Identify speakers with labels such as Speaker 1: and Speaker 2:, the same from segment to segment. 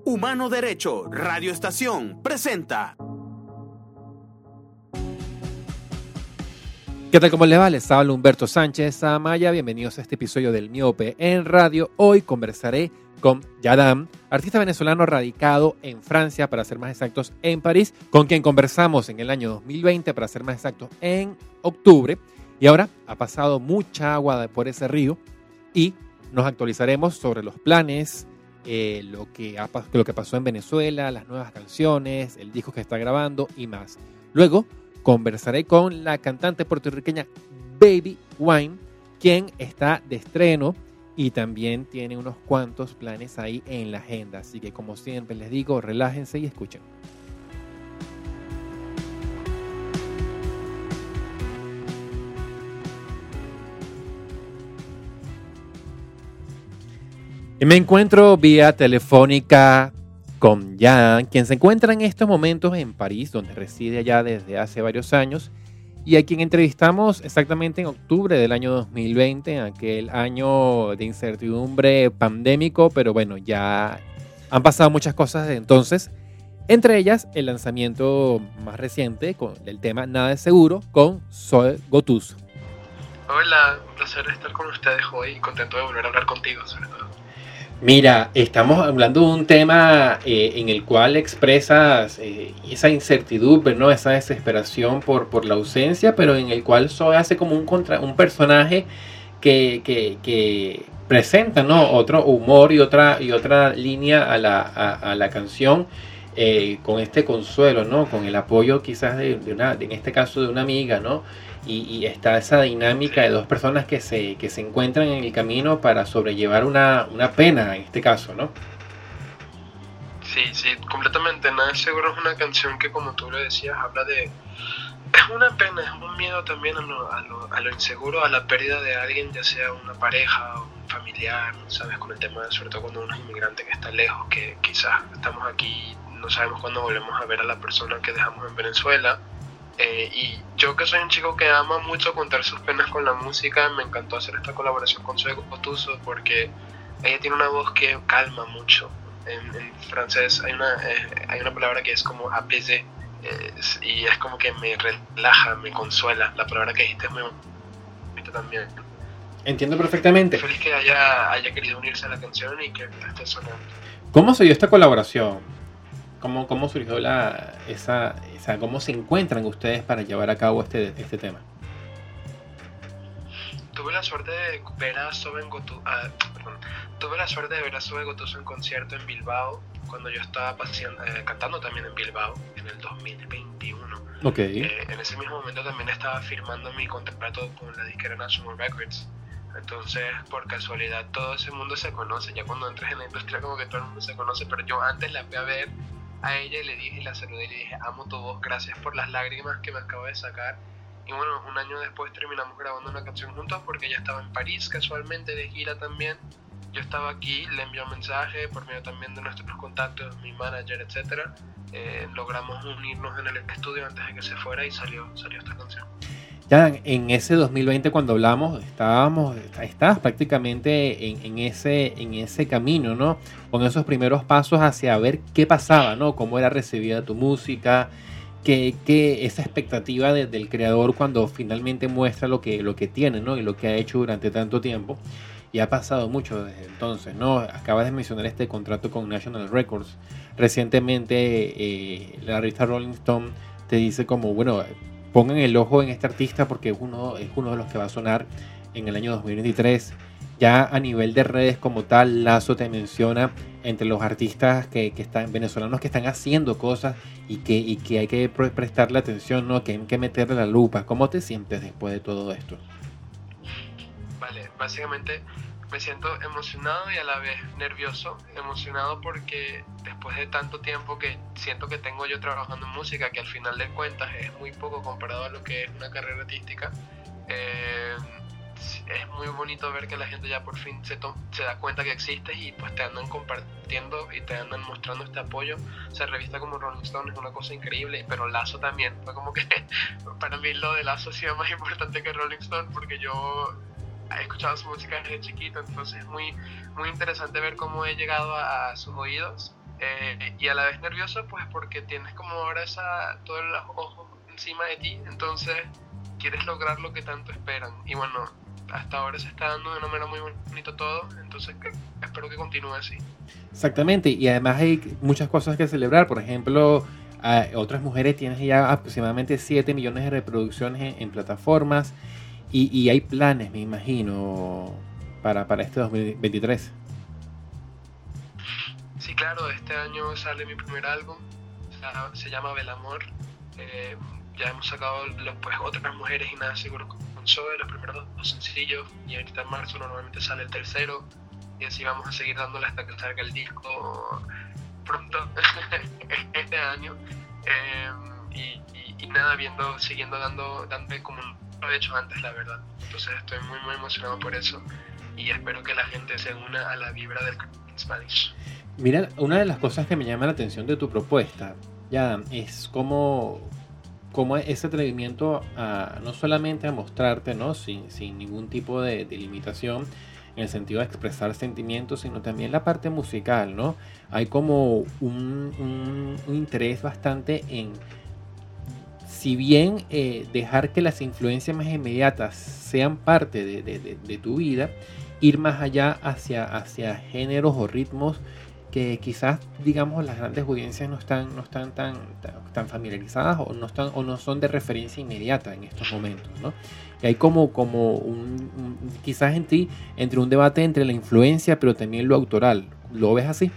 Speaker 1: Humano Derecho Radio Estación presenta.
Speaker 2: ¿Qué tal? ¿Cómo les va? Les habla Humberto Sánchez Amaya. Bienvenidos a este episodio del Miope en Radio. Hoy conversaré con Yadam, artista venezolano radicado en Francia, para ser más exactos en París, con quien conversamos en el año 2020, para ser más exactos en octubre. Y ahora ha pasado mucha agua por ese río y nos actualizaremos sobre los planes, lo que pasó en Venezuela, las nuevas canciones, el disco que está grabando y más. Luego conversaré con la cantante puertorriqueña Baby Wine, quien está de estreno y también tiene unos cuantos planes ahí en la agenda. Así que, como siempre les digo, relájense y escuchen. Y me encuentro vía telefónica con Jan, quien se encuentra en estos momentos en París, donde reside allá desde hace varios años, y a quien entrevistamos exactamente en octubre del año 2020, aquel año de incertidumbre pandémico, pero bueno, ya han pasado muchas cosas desde entonces, entre ellas el lanzamiento más reciente del tema Nada es Seguro con Zoe Gotuso.
Speaker 3: Hola, un placer estar con ustedes hoy y contento de volver a hablar contigo, sobre todo.
Speaker 2: Mira, estamos hablando de un tema en el cual expresas esa incertidumbre, ¿no? Esa desesperación por la ausencia, pero en el cual Zoe hace como un personaje que presenta, ¿no? Otro humor y otra línea a la canción, con este consuelo, ¿no? Con el apoyo quizás en este caso de una amiga, ¿no? Y está esa dinámica de dos personas que se encuentran en el camino para sobrellevar una pena, en este caso, ¿no?
Speaker 3: Sí, completamente. Nada es Seguro es una canción que, como tú lo decías, habla de... Es una pena, es un miedo también a lo inseguro, a la pérdida de alguien, ya sea una pareja o un familiar, ¿sabes? Con el tema de, sobre todo cuando uno es inmigrante que está lejos, que quizás estamos aquí, no sabemos cuándo volvemos a ver a la persona que dejamos en Venezuela. Y yo, que soy un chico que ama mucho contar sus penas con la música, me encantó hacer esta colaboración con Zoe Gotuso porque ella tiene una voz que calma mucho. En francés hay una palabra que es como apaiser, y es como que me relaja, me consuela. La palabra que dijiste es muy bonita también.
Speaker 2: Entiendo perfectamente.
Speaker 3: Estoy feliz que haya querido unirse a la canción y que esté sonando.
Speaker 2: ¿Cómo se dio esta colaboración? ¿Cómo surgió cómo se encuentran ustedes para llevar a cabo este tema?
Speaker 3: Tuve la suerte de ver a Zoe Gotuso en concierto en Bilbao, cuando yo estaba cantando también en Bilbao, en el 2021.
Speaker 2: Okay.
Speaker 3: En ese mismo momento también estaba firmando mi contrato con la disquera National Records. Entonces, por casualidad, todo ese mundo se conoce. Ya cuando entras en la industria, como que todo el mundo se conoce, pero yo antes la fui a ver a ella y le dije, y la saludé y le dije: amo tu voz, gracias por las lágrimas que me acabo de sacar. Y bueno, un año después terminamos grabando una canción juntos porque ella estaba en París casualmente de gira también. Yo estaba aquí, le envié un mensaje por medio también de nuestros contactos, mi manager, etcétera. Logramos unirnos en el estudio antes de que se fuera y salió esta canción.
Speaker 2: Ya en ese 2020, cuando hablamos, estabas prácticamente en ese camino, ¿no? Con esos primeros pasos hacia ver qué pasaba, ¿no? Cómo era recibida tu música, que esa expectativa del creador cuando finalmente muestra lo que tiene, ¿no? Y lo que ha hecho durante tanto tiempo. Y ha pasado mucho desde entonces, ¿no? Acabas de mencionar este contrato con National Records. Recientemente, la revista Rolling Stone te dice como, bueno, pongan el ojo en este artista porque es uno de los que va a sonar en el año 2023. Ya a nivel de redes como tal, Lazo te menciona entre los artistas que están venezolanos que están haciendo cosas y que hay que prestarle atención, ¿no? Que hay que meterle la lupa. ¿Cómo te sientes después de todo esto?
Speaker 3: Vale, básicamente me siento emocionado y a la vez nervioso. Emocionado porque después de tanto tiempo que siento que tengo yo trabajando en música, que al final de cuentas es muy poco comparado a lo que es una carrera artística, es muy bonito ver que la gente ya por fin se da cuenta que existes y pues te andan compartiendo y te andan mostrando este apoyo. O sea, revista como Rolling Stone es una cosa increíble, pero Lazo también. Fue como que para mí lo de Lazo ha sido más importante que Rolling Stone porque yo he escuchado su música desde chiquito, entonces es muy, muy interesante ver cómo he llegado a sus oídos y a la vez nervioso pues porque tienes como ahora todos los ojos encima de ti, entonces quieres lograr lo que tanto esperan. Y bueno, hasta ahora se está dando de una manera muy bonito todo, entonces espero que continúe así.
Speaker 2: Exactamente, y además hay muchas cosas que celebrar. Por ejemplo, otras mujeres tienen ya aproximadamente 7 millones de reproducciones en plataformas y hay planes, me imagino, para este 2023.
Speaker 3: Sí, claro, este año sale mi primer álbum, se llama Belamor. Ya hemos sacado pues, Otras Mujeres y Nada Seguro con Zoe, los primeros 2 sencillos, y ahorita en marzo normalmente sale el tercero, y así vamos a seguir dándole hasta que salga el disco pronto este año. Y nada, siguiendo dándole como lo he hecho antes, la verdad. Entonces estoy muy muy emocionado por eso y espero que la gente se una a la vibra del Spanish.
Speaker 2: Mira, una de las cosas que me llama la atención de tu propuesta, ya, es cómo ese atrevimiento a no solamente a mostrarte, ¿no? sin ningún tipo de limitación en el sentido de expresar sentimientos, sino también la parte musical, ¿no? Hay como un interés bastante en, si bien dejar que las influencias más inmediatas sean parte de tu vida, ir más allá hacia géneros o ritmos que quizás, digamos, las grandes audiencias no están tan familiarizadas o no son de referencia inmediata en estos momentos, ¿no? Y hay como quizás entre un debate entre la influencia pero también lo autoral. ¿Lo ves así?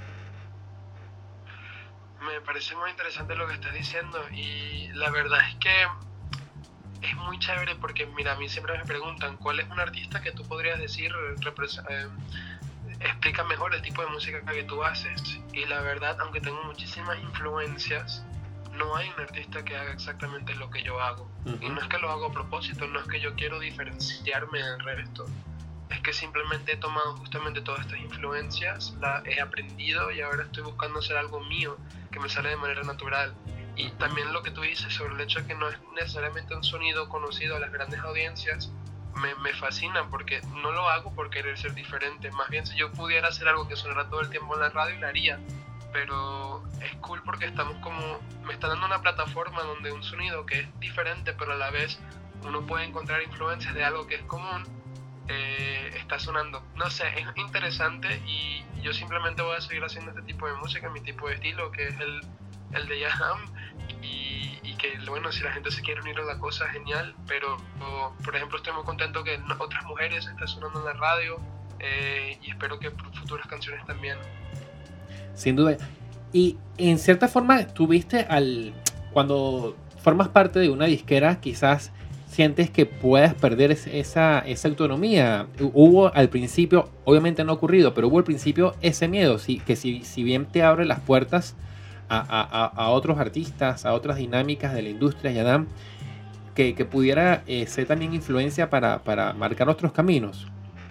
Speaker 3: Me parece muy interesante lo que estás diciendo y la verdad es que es muy chévere porque, mira, a mí siempre me preguntan ¿cuál es un artista que tú podrías decir explica mejor el tipo de música que tú haces? Y la verdad, aunque tengo muchísimas influencias, no hay un artista que haga exactamente lo que yo hago. Uh-huh. Y no es que lo hago a propósito, no es que yo quiero diferenciarme del resto, es que simplemente he tomado justamente todas estas influencias, las he aprendido y ahora estoy buscando hacer algo mío que me sale de manera natural. Y también lo que tú dices sobre el hecho de que no es necesariamente un sonido conocido a las grandes audiencias, me fascina porque no lo hago por querer ser diferente. Más bien, si yo pudiera hacer algo que sonara todo el tiempo en la radio, lo haría. Pero es cool porque me está dando una plataforma donde un sonido que es diferente, pero a la vez uno puede encontrar influencias de algo que es común, está sonando. No sé, es interesante y yo simplemente voy a seguir haciendo este tipo de música, mi tipo de estilo, que es el de Yadam. Y que bueno, si la gente se quiere unir a la cosa, genial, pero por ejemplo estoy muy contento que Otras Mujeres está sonando en la radio, y espero que futuras canciones también.
Speaker 2: Sin duda. Y en cierta forma tuviste cuando formas parte de una disquera, quizás sientes que puedas perder esa autonomía. Hubo al principio, obviamente no ha ocurrido, pero hubo al principio ese miedo, que si bien te abre las puertas a otros artistas, a otras dinámicas de la industria, Yadam, que pudiera ser también influencia para marcar otros caminos.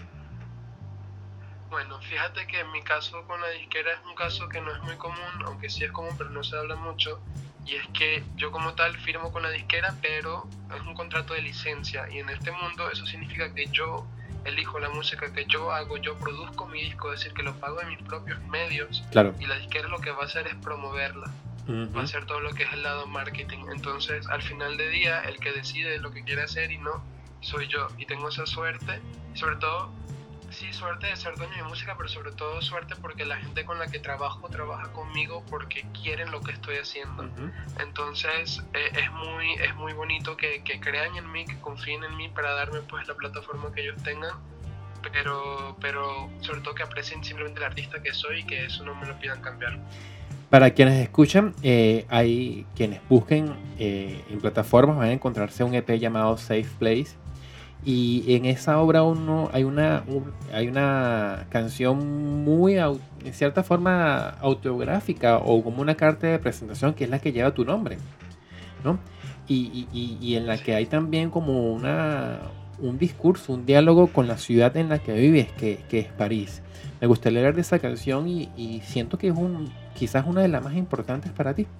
Speaker 3: Bueno, fíjate que en mi caso con la disquera es un caso que no es muy común, aunque sí es común, pero no se habla mucho, y es que yo como tal firmo con la disquera, pero es un contrato de licencia, y en este mundo eso significa que yo elijo la música que yo hago, yo produzco mi disco, es decir, que lo pago de mis propios medios.
Speaker 2: Claro.
Speaker 3: Y la disquera lo que va a hacer es promoverla. Uh-huh. Va a hacer todo lo que es el lado marketing. Entonces, al final del día, el que decide lo que quiere hacer y no, soy yo. Y tengo esa suerte, sobre todo, sí, suerte de ser dueño de música, pero sobre todo suerte porque la gente con la que trabaja conmigo porque quieren lo que estoy haciendo. Uh-huh. Entonces es muy bonito que crean en mí, que confíen en mí para darme pues la plataforma que ellos tengan, pero sobre todo que aprecien simplemente el artista que soy y que eso no me lo pidan cambiar.
Speaker 2: Para quienes escuchan, hay quienes busquen en plataformas, van a encontrarse un EP llamado Safe Place. Y en esa obra hay una canción muy, en cierta forma, autobiográfica o como una carta de presentación que es la que lleva tu nombre, ¿no? Y en la que hay también como un discurso, un diálogo con la ciudad en la que vives, que es París. Me gustaría leer de esa canción y siento que es quizás una de las más importantes para ti.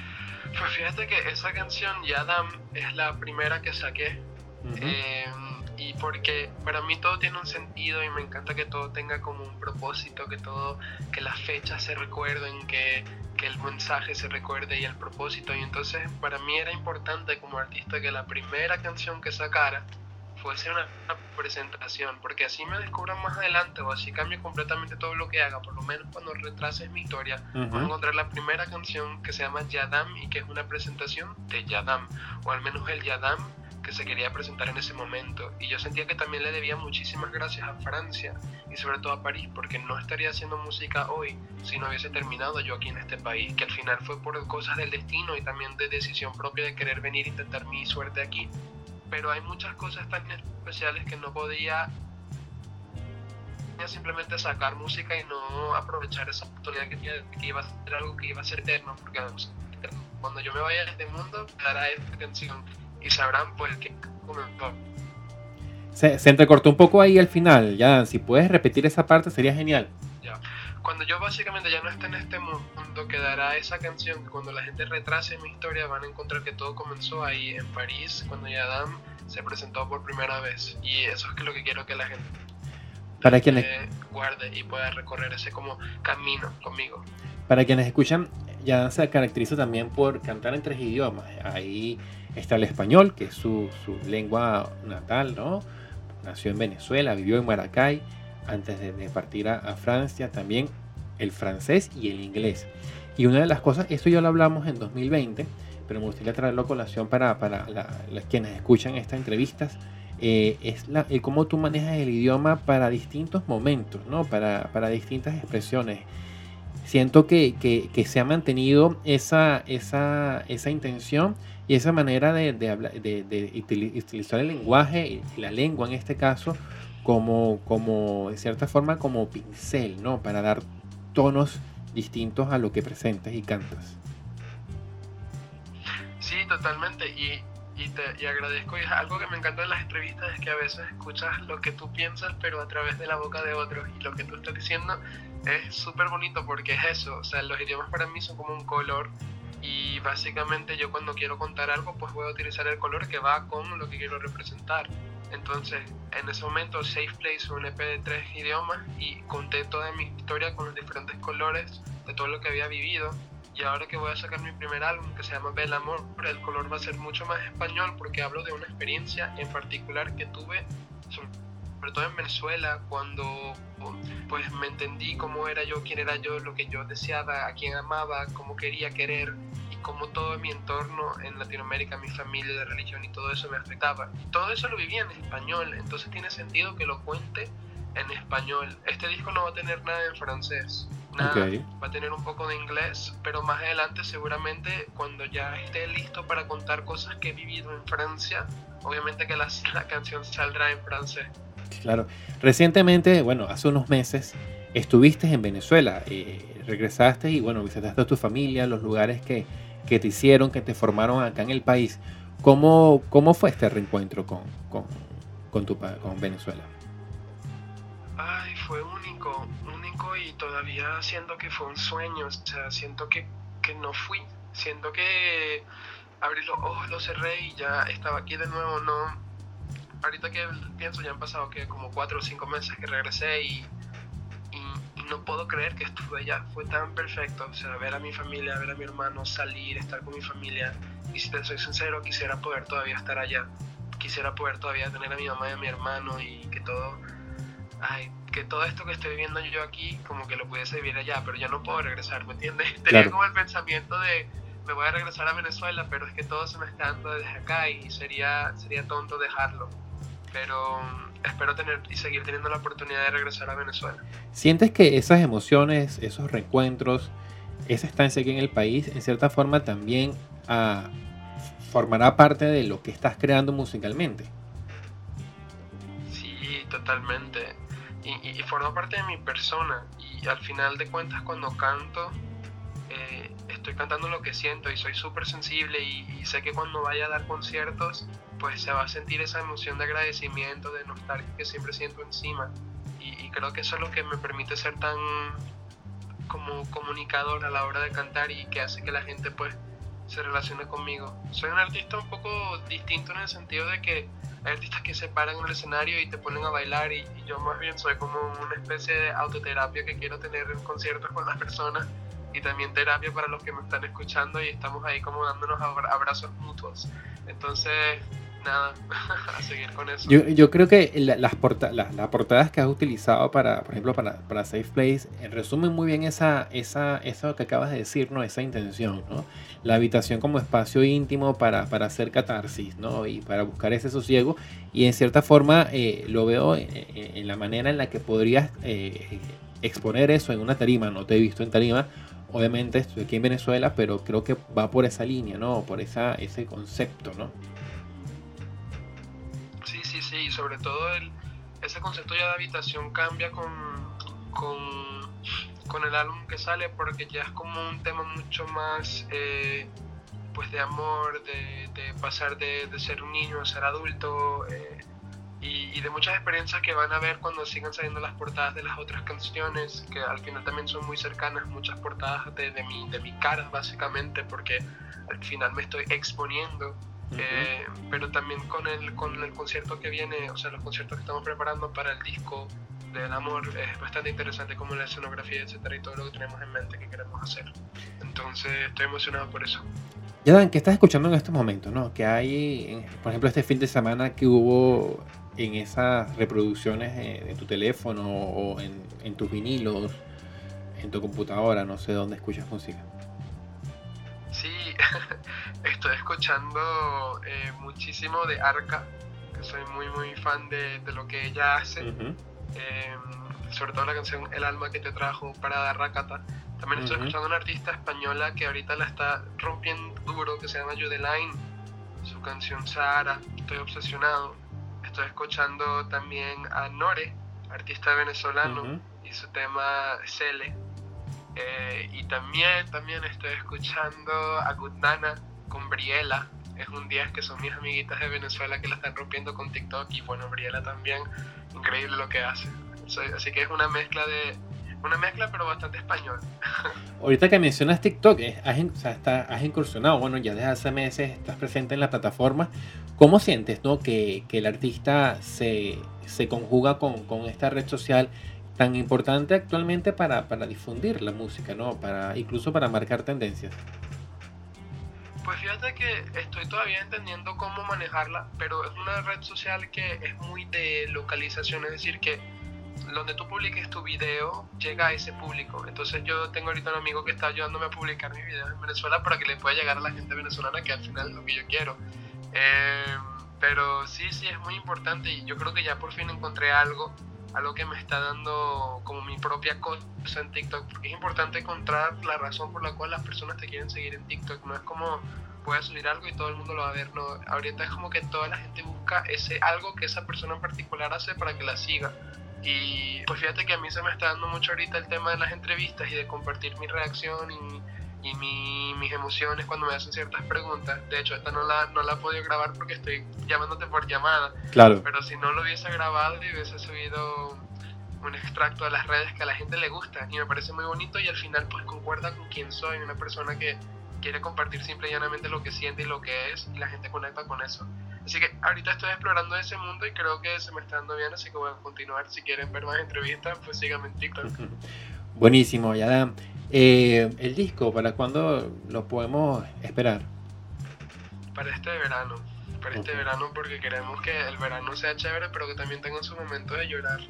Speaker 2: Pues
Speaker 3: fíjate que esa canción, Yadam, es la primera que saqué. Uh-huh. y porque para mí todo tiene un sentido y me encanta que todo tenga como un propósito, que las fechas se recuerden, que el mensaje se recuerde y el propósito. Y entonces para mí era importante como artista que la primera canción que sacara fuese una presentación, porque así me descubran más adelante o así cambie completamente todo lo que haga, por lo menos cuando retrases mi historia, voy a encontrar la primera canción que se llama Yadam y que es una presentación de Yadam, o al menos el Yadam que se quería presentar en ese momento. Y yo sentía que también le debía muchísimas gracias a Francia y sobre todo a París, porque no estaría haciendo música hoy si no hubiese terminado yo aquí en este país, que al final fue por cosas del destino y también de decisión propia de querer venir a intentar mi suerte aquí. Pero hay muchas cosas tan especiales que no podía simplemente sacar música y no aprovechar esa oportunidad que iba a ser algo que iba a ser eterno, porque cuando yo me vaya de este mundo dará esta canción y sabrán pues que comenzó.
Speaker 2: Se entrecortó un poco ahí al final, ya, si puedes repetir esa parte sería genial.
Speaker 3: Ya. Cuando yo básicamente ya no esté en este mundo, quedará esa canción que cuando la gente retrase mi historia van a encontrar que todo comenzó ahí en París, cuando Yadam se presentó por primera vez. Y eso es lo que quiero que la gente
Speaker 2: para quienes
Speaker 3: guarde y pueda recorrer ese como camino conmigo.
Speaker 2: Para quienes escuchan, Yadam se caracteriza también por cantar en 3 idiomas. Ahí está el español, que es su lengua natal, ¿no? Nació en Venezuela, vivió en Maracay antes de partir a Francia, también el francés y el inglés. Y una de las cosas, esto ya lo hablamos en 2020, pero me gustaría traerlo a colación para quienes escuchan estas entrevistas, es cómo tú manejas el idioma para distintos momentos, ¿no? Para distintas expresiones. Siento que se ha mantenido esa intención y esa manera de utilizar el lenguaje y la lengua en este caso como de cierta forma como pincel, ¿no? Para dar tonos distintos a lo que presentas y cantas.
Speaker 3: Sí, totalmente, y agradezco, y es algo que me encanta de las entrevistas, es que a veces escuchas lo que tú piensas pero a través de la boca de otros, y lo que tú estás diciendo es súper bonito porque es eso, o sea, los idiomas para mí son como un color, y básicamente yo cuando quiero contar algo pues voy a utilizar el color que va con lo que quiero representar. Entonces, en ese momento, Safe Place fue un EP de 3 idiomas y conté toda mi historia con los diferentes colores de todo lo que había vivido. Y ahora que voy a sacar mi primer álbum, que se llama Bel Amor, el color va a ser mucho más español porque hablo de una experiencia en particular que tuve, sobre todo en Venezuela, cuando pues me entendí cómo era yo, quién era yo, lo que yo deseaba, a quién amaba, cómo quería querer, como todo mi entorno en Latinoamérica, mi familia, de religión y todo eso me afectaba. Todo eso lo vivía en español, entonces tiene sentido que lo cuente en español. Este disco no va a tener nada en francés, nada, okay. Va a tener un poco de inglés, pero más adelante seguramente cuando ya esté listo para contar cosas que he vivido en Francia, obviamente que la canción saldrá en francés.
Speaker 2: Claro, recientemente, bueno, hace unos meses estuviste en Venezuela, regresaste y bueno, visitaste a tu familia, los lugares que te hicieron, que te formaron acá en el país. ¿Cómo fue este reencuentro con Venezuela?
Speaker 3: Ay, fue único y todavía siento que fue un sueño, o sea, siento que no fui, siento que abrí los ojos, los cerré y ya estaba aquí de nuevo, no. Ahorita que pienso ya han pasado que como 4 o 5 meses que regresé y no puedo creer que estuve allá, fue tan perfecto, o sea, ver a mi familia, ver a mi hermano, salir, estar con mi familia, y si te soy sincero, quisiera poder todavía estar allá, quisiera poder todavía tener a mi mamá y a mi hermano y que todo esto que estoy viviendo yo aquí, como que lo pudiese vivir allá, pero ya no puedo regresar, ¿me entiendes? Tenía claro. Como el pensamiento de, me voy a regresar a Venezuela, pero es que todo se me está dando desde acá y sería tonto dejarlo, pero espero tener y seguir teniendo la oportunidad de regresar a Venezuela.
Speaker 2: ¿Sientes que esas emociones, esos reencuentros, esa estancia aquí en el país, en cierta forma también formará parte de lo que estás creando musicalmente?
Speaker 3: Sí, totalmente. Y forma parte de mi persona. Y al final de cuentas, cuando canto, estoy cantando lo que siento y soy súper sensible y sé que cuando vaya a dar conciertos pues se va a sentir esa emoción de agradecimiento, de nostalgia que siempre siento encima y creo que eso es lo que me permite ser tan como comunicador a la hora de cantar y que hace que la gente pues se relacione conmigo. Soy un artista un poco distinto en el sentido de que hay artistas que se paran en el escenario y te ponen a bailar y yo más bien soy como una especie de autoterapia que quiero tener en conciertos con las personas y también terapia para los que me están escuchando y estamos ahí como dándonos abrazos mutuos. Entonces, nada, a seguir con eso.
Speaker 2: Yo creo que las portadas que has utilizado para, por ejemplo, para Safe Place, resumen muy bien eso que acabas de decir, ¿no? Esa intención, ¿no? La habitación como espacio íntimo para hacer catarsis, ¿no? Y para buscar ese sosiego. Y en cierta forma lo veo en la manera en la que podrías exponer eso en una tarima. No te he visto en tarima. Obviamente estoy aquí en Venezuela, pero creo que va por esa línea, ¿no? Por ese concepto, ¿no?
Speaker 3: Sí, y sobre todo ese concepto ya de habitación cambia con el álbum que sale, porque ya es como un tema mucho más pues de amor, de pasar de ser un niño a ser adulto, y de muchas experiencias que van a ver cuando sigan saliendo las portadas de las otras canciones, que al final también son muy cercanas, muchas portadas de mi cara básicamente, porque al final me estoy exponiendo. Pero también con el concierto que viene, o sea, los conciertos que estamos preparando para el disco del amor, es bastante interesante como la escenografía, etcétera, y todo lo que tenemos en mente que queremos hacer. Entonces estoy emocionado por eso.
Speaker 2: Yadan, ¿qué estás escuchando en estos momentos, no? Que hay, por ejemplo, este fin de semana que hubo en esas reproducciones de tu teléfono o en tus vinilos, en tu computadora, no sé dónde escuchas música.
Speaker 3: Sí, estoy escuchando muchísimo de Arca, que soy muy fan de lo que ella hace. Sobre todo la canción El alma que te trajo para dar Rakata. También estoy escuchando a una artista española que ahorita la está rompiendo duro, que se llama Judeline, su canción Sahara. Estoy obsesionado. Estoy escuchando también a Nore, artista venezolano, y su tema Cele. Y también estoy escuchando a Good Nana con Briela. Es un día que son mis amiguitas de Venezuela que la están rompiendo con TikTok, y bueno, Briela también, increíble lo que hace. Así que es una mezcla pero bastante español.
Speaker 2: Ahorita que mencionas TikTok, has incursionado, bueno, ya desde hace meses estás presente en la plataforma. ¿Cómo sientes, no, que el artista se conjuga con esta red social tan importante actualmente para difundir la música, ¿no? Incluso para marcar tendencias?
Speaker 3: Pues fíjate que estoy todavía entendiendo cómo manejarla, pero es una red social que es muy de localización, es decir, que donde tú publiques tu video llega a ese público. Entonces yo tengo ahorita un amigo que está ayudándome a publicar mis videos en Venezuela para que le pueda llegar a la gente venezolana, que al final es lo que yo quiero. Pero sí, es muy importante, y yo creo que ya por fin encontré algo que me está dando como mi propia cosa en TikTok, porque es importante encontrar la razón por la cual las personas te quieren seguir en TikTok. No es como voy a subir algo y todo el mundo lo va a ver, no, ahorita es como que toda la gente busca ese algo que esa persona en particular hace para que la siga. Y pues fíjate que a mí se me está dando mucho ahorita el tema de las entrevistas y de compartir mi reacción y mis emociones cuando me hacen ciertas preguntas. De hecho, esta no la he podido grabar porque estoy llamándote por llamada.
Speaker 2: Claro.
Speaker 3: Pero si no lo hubiese grabado y hubiese subido un extracto a las redes que a la gente le gusta, y me parece muy bonito, y al final pues concuerda con quién soy, una persona que quiere compartir simple y llanamente lo que siente y lo que es, y la gente conecta con eso. Así que ahorita estoy explorando ese mundo y creo que se me está dando bien, así que voy a continuar. Si quieren ver más entrevistas, pues síganme en TikTok.
Speaker 2: Buenísimo, Yadan. ¿El disco para cuándo lo podemos esperar?
Speaker 3: Para este verano. Este verano, porque queremos que el verano sea chévere, pero que también tenga su momento de llorar.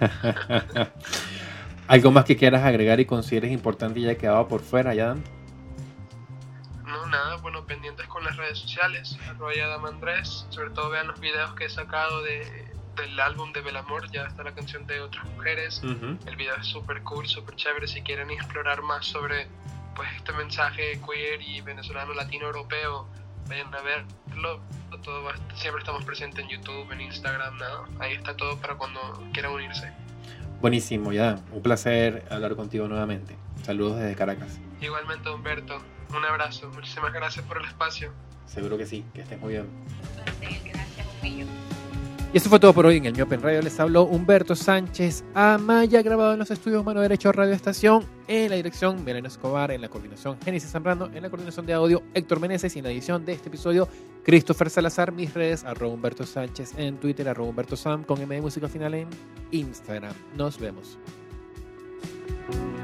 Speaker 2: ¿Algo más que quieras agregar y consideres importante y haya quedado por fuera, Yadan?
Speaker 3: No, nada, bueno, pendientes con las redes sociales, @YadamAndrés. Sobre todo vean los videos que he sacado del álbum de Belamor, ya está la canción de Otras Mujeres. El video es súper cool, súper chévere. Si quieren explorar más sobre pues este mensaje queer y venezolano, latino, europeo, vayan a verlo. Siempre estamos presentes en YouTube, en Instagram, nada. Ahí está todo para cuando quieran unirse.
Speaker 2: Buenísimo, Yadan. Un placer hablar contigo nuevamente. Saludos desde Caracas.
Speaker 3: Igualmente, Humberto. Un abrazo. Muchísimas gracias por el espacio.
Speaker 2: Seguro que sí, que estés muy bien.
Speaker 4: Gracias, un millón.
Speaker 2: Y eso fue todo por hoy en el Miope en Radio. Les habló Humberto Sánchez Amaya, grabado en los estudios Mano Derecho Radio Estación, en la dirección Melanie Escobar, en la coordinación Génesis Zambrano, en la coordinación de audio Héctor Meneses y en la edición de este episodio Christopher Salazar. Mis redes, @Humberto Sánchez en Twitter, @Humberto Sam con M de música final en Instagram. Nos vemos.